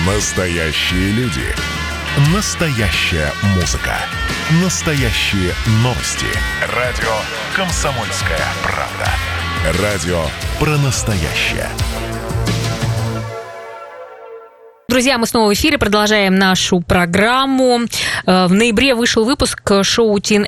Настоящие люди. Настоящая музыка. Настоящие новости. Радио «Комсомольская правда». Радио про настоящее. Друзья, мы снова в эфире, продолжаем нашу программу. В ноябре вышел выпуск шоу Teen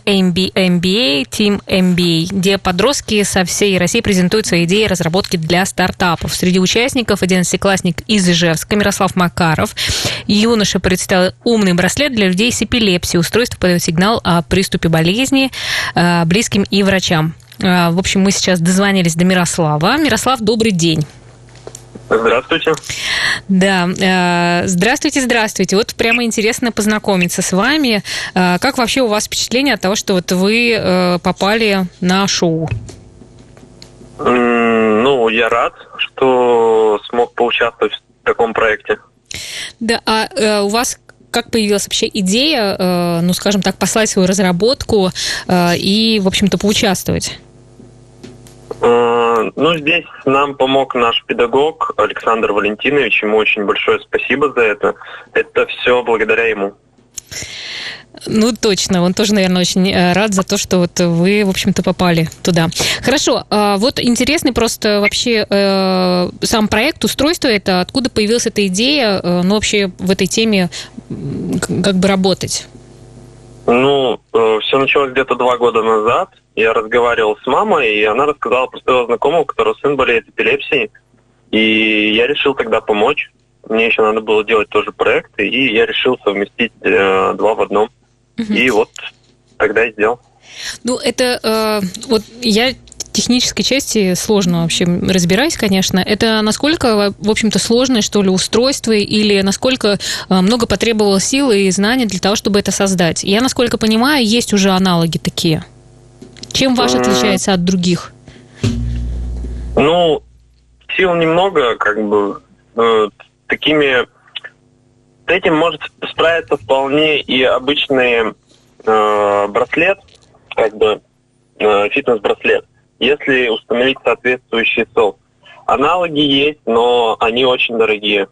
MBA, где подростки со всей России презентуют свои идеи разработки для стартапов. Среди участников 11-классник из Ижевска Мирослав Макаров. Юноша представил умный браслет для людей с эпилепсией. Устройство подает сигнал о приступе болезни близким и врачам. В общем, мы сейчас дозвонились до Мирослава. Мирослав, добрый день. Здравствуйте. Да, здравствуйте. Вот прямо интересно познакомиться с вами. Как вообще у вас впечатление от того, что вот вы попали на шоу? Ну, я рад, что смог поучаствовать в таком проекте. Да, а у вас как появилась вообще идея, ну, скажем так, послать свою разработку и, в общем-то, поучаствовать? Ну, здесь нам помог наш педагог Александр Валентинович. Ему очень большое спасибо за это. Это все благодаря ему. Ну, точно. Он тоже, наверное, очень рад за то, что вот вы, в общем-то, попали туда. Хорошо. Вот интересный просто вообще сам проект, устройство это, откуда появилась эта идея, ну, вообще в этой теме как бы работать? Ну, все началось где-то 2 года назад. Я разговаривал с мамой, и она рассказала про своего знакомого, у которого сын болеет эпилепсией. И я решил тогда помочь. Мне еще надо было делать тоже проект, и я решил совместить 2 в одном. Угу. И вот тогда и сделал. Ну, это вот я технической части сложно вообще разбираюсь, конечно. Это насколько, в общем-то, сложное, что ли, устройство, или насколько много потребовалось сил и знаний для того, чтобы это создать? Я, насколько понимаю, есть уже аналоги такие. Чем ваш отличается от других? Ну, сил немного, как бы, такими... С этим может справиться вполне и обычный браслет, как бы, фитнес-браслет, если установить соответствующий софт. Аналоги есть, но они очень дорогие.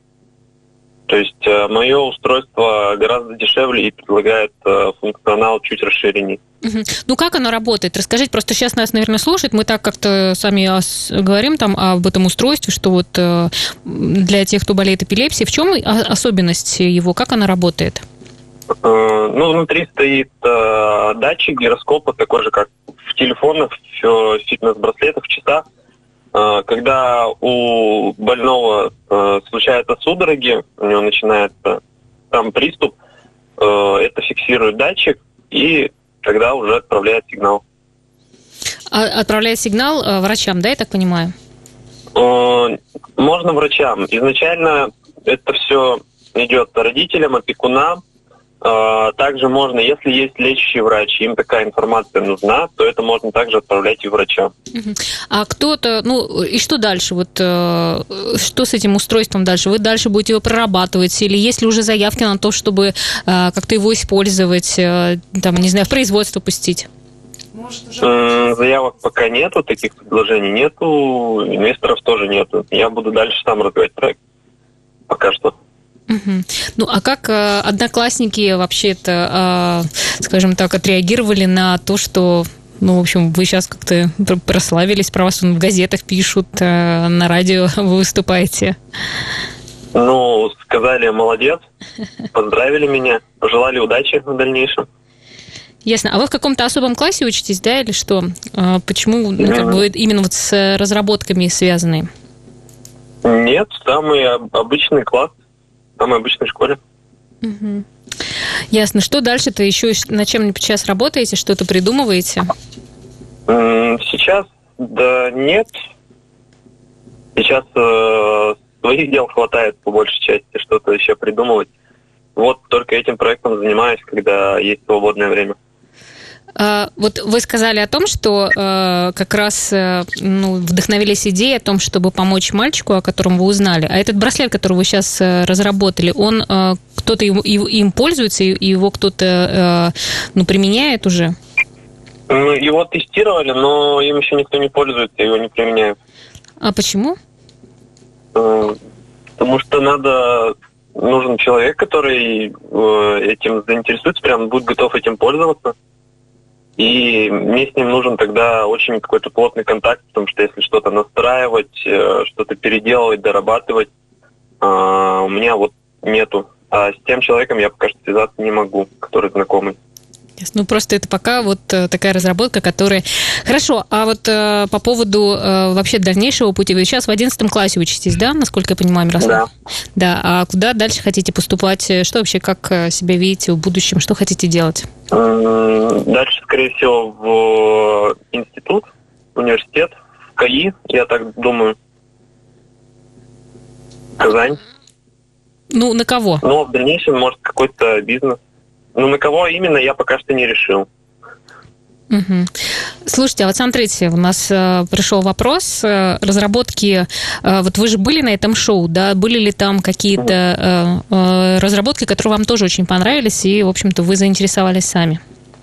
То есть мое устройство гораздо дешевле и предлагает функционал чуть расширенный. Ну, как оно работает? Расскажите, просто сейчас нас, наверное, слушают. Мы так как-то сами говорим там об этом устройстве, что вот для тех, кто болеет эпилепсией, в чем особенность его? Как оно работает? Ну, внутри стоит датчик гироскопа, такой же, как в телефонах, в фитнес-браслетах, в часах. Когда у больного случаются судороги, у него начинается там приступ, это фиксирует датчик и тогда уже отправляет сигнал. Отправляет сигнал врачам, да, я так понимаю? Можно врачам. Изначально это все идет родителям, опекунам. Также можно, если есть лечащий врач, им такая информация нужна, то это можно также отправлять и врачам. А кто-то, ну и что дальше? Вот что с этим устройством дальше? Вы дальше будете его прорабатывать? Или есть ли уже заявки на то, чтобы как-то его использовать, там, не знаю, в производство пустить? Заявок пока нету, таких предложений нету, инвесторов тоже нету. Я буду дальше сам развивать проект. Пока что. Ну, а как одноклассники вообще-то, скажем так, отреагировали на то, что, ну, в общем, вы сейчас как-то прославились, про вас в газетах пишут, на радио вы выступаете? Ну, сказали, молодец, поздравили меня, пожелали удачи в дальнейшем. Ясно. А вы в каком-то особом классе учитесь, да, или что? Почему как бы именно вот с разработками связаны? Нет, самый обычный класс. В самой обычной школе. Угу. Ясно. Что дальше-то еще над чем-нибудь сейчас работаете? Что-то придумываете? Сейчас, да нет. Сейчас своих дел хватает по большей части, что-то еще придумывать. Вот только этим проектом занимаюсь, когда есть свободное время. Вот вы сказали о том, что как раз вдохновились идеей о том, чтобы помочь мальчику, о котором вы узнали. А этот браслет, который вы сейчас разработали, он кто-то им пользуется, и его кто-то применяет уже? Его тестировали, но им еще никто не пользуется, его не применяют. А почему? Потому что надо нужен человек, который этим заинтересуется, прям будет готов этим пользоваться. И мне с ним нужен тогда очень какой-то плотный контакт, потому что если что-то настраивать, что-то переделывать, дорабатывать, у меня вот нету. А с тем человеком я пока что связаться не могу, который знакомый. Ну, просто это пока вот такая разработка, которая... Хорошо, а вот по поводу вообще дальнейшего пути, вы сейчас в 11 классе учитесь, да, насколько я понимаю, Мирослав? Да. Да, а куда дальше хотите поступать? Что вообще, как себя видите в будущем? Что хотите делать? Дальше, скорее всего, в институт, университет, в КАИ, я так думаю. Казань. Ну, на кого? Ну, в дальнейшем, может, какой-то бизнес. Ну, на кого именно, я пока что не решил. Угу. Слушайте, а вот смотрите, у нас пришел вопрос разработки. Вот вы же были на этом шоу, да? Были ли там какие-то разработки, которые вам тоже очень понравились, и, в общем-то, вы заинтересовались сами?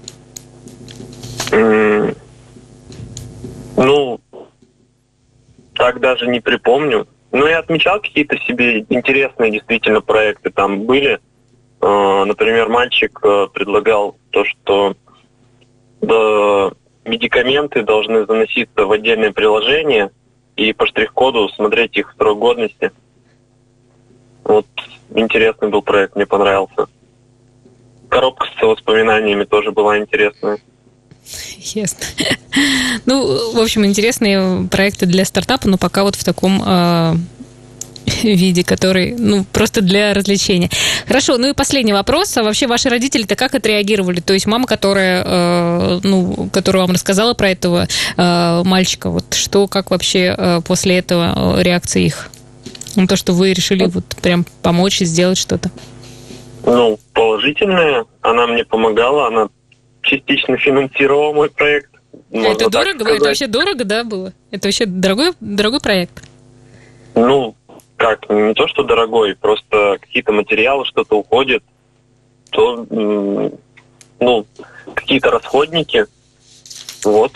Ну, так даже не припомню. Но я отмечал какие-то себе интересные действительно проекты там были. Например, мальчик предлагал то, что медикаменты должны заноситься в отдельное приложение и по штрих-коду смотреть их срок годности. Вот интересный был проект, мне понравился. Коробка с воспоминаниями тоже была интересная. Ясно. Ну, в общем, интересные проекты для стартапа, но пока вот в таком виде, который, ну, просто для развлечения. Хорошо, ну и последний вопрос. А вообще ваши родители-то как отреагировали? То есть мама, которая вам рассказала про этого мальчика, вот что, как вообще после этого реакция их? На то, что вы решили вот прям помочь и сделать что-то? Ну, положительная. Она мне помогала, она частично финансировала мой проект. Это дорого? Это вообще дорого, да, было? Это вообще дорогой проект? Ну, как, не то, что дорогой, просто какие-то материалы, что-то уходит, то, ну, какие-то расходники, вот.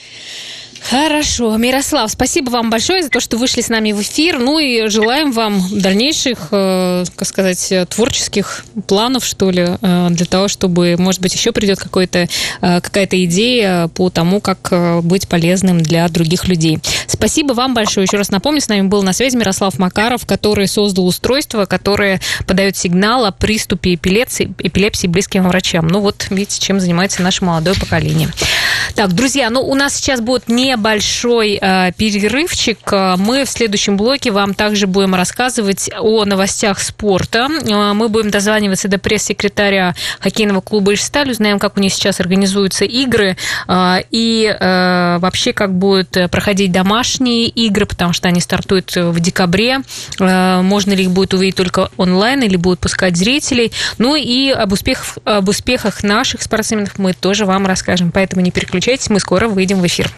Хорошо. Мирослав, спасибо вам большое за то, что вышли с нами в эфир. Ну и желаем вам дальнейших, как сказать, творческих планов, что ли, для того, чтобы, может быть, еще придет какая-то идея по тому, как быть полезным для других людей. Спасибо вам большое. Еще раз напомню, с нами был на связи Мирослав Макаров, который создал устройство, которое подает сигнал о приступе эпилепсии близким врачам. Ну вот, видите, чем занимается наше молодое поколение. Так, друзья, ну у нас сейчас будет небольшой перерывчик. Мы в следующем блоке вам также будем рассказывать о новостях спорта. Мы будем дозваниваться до пресс-секретаря хоккейного клуба «Ижсталь», узнаем, как у них сейчас организуются игры и вообще, как будут проходить домашние игры, потому что они стартуют в декабре. Можно ли их будет увидеть только онлайн или будут пускать зрителей. Ну и об успехах наших спортсменов мы тоже вам расскажем. Поэтому не переключайтесь, мы скоро выйдем в эфир.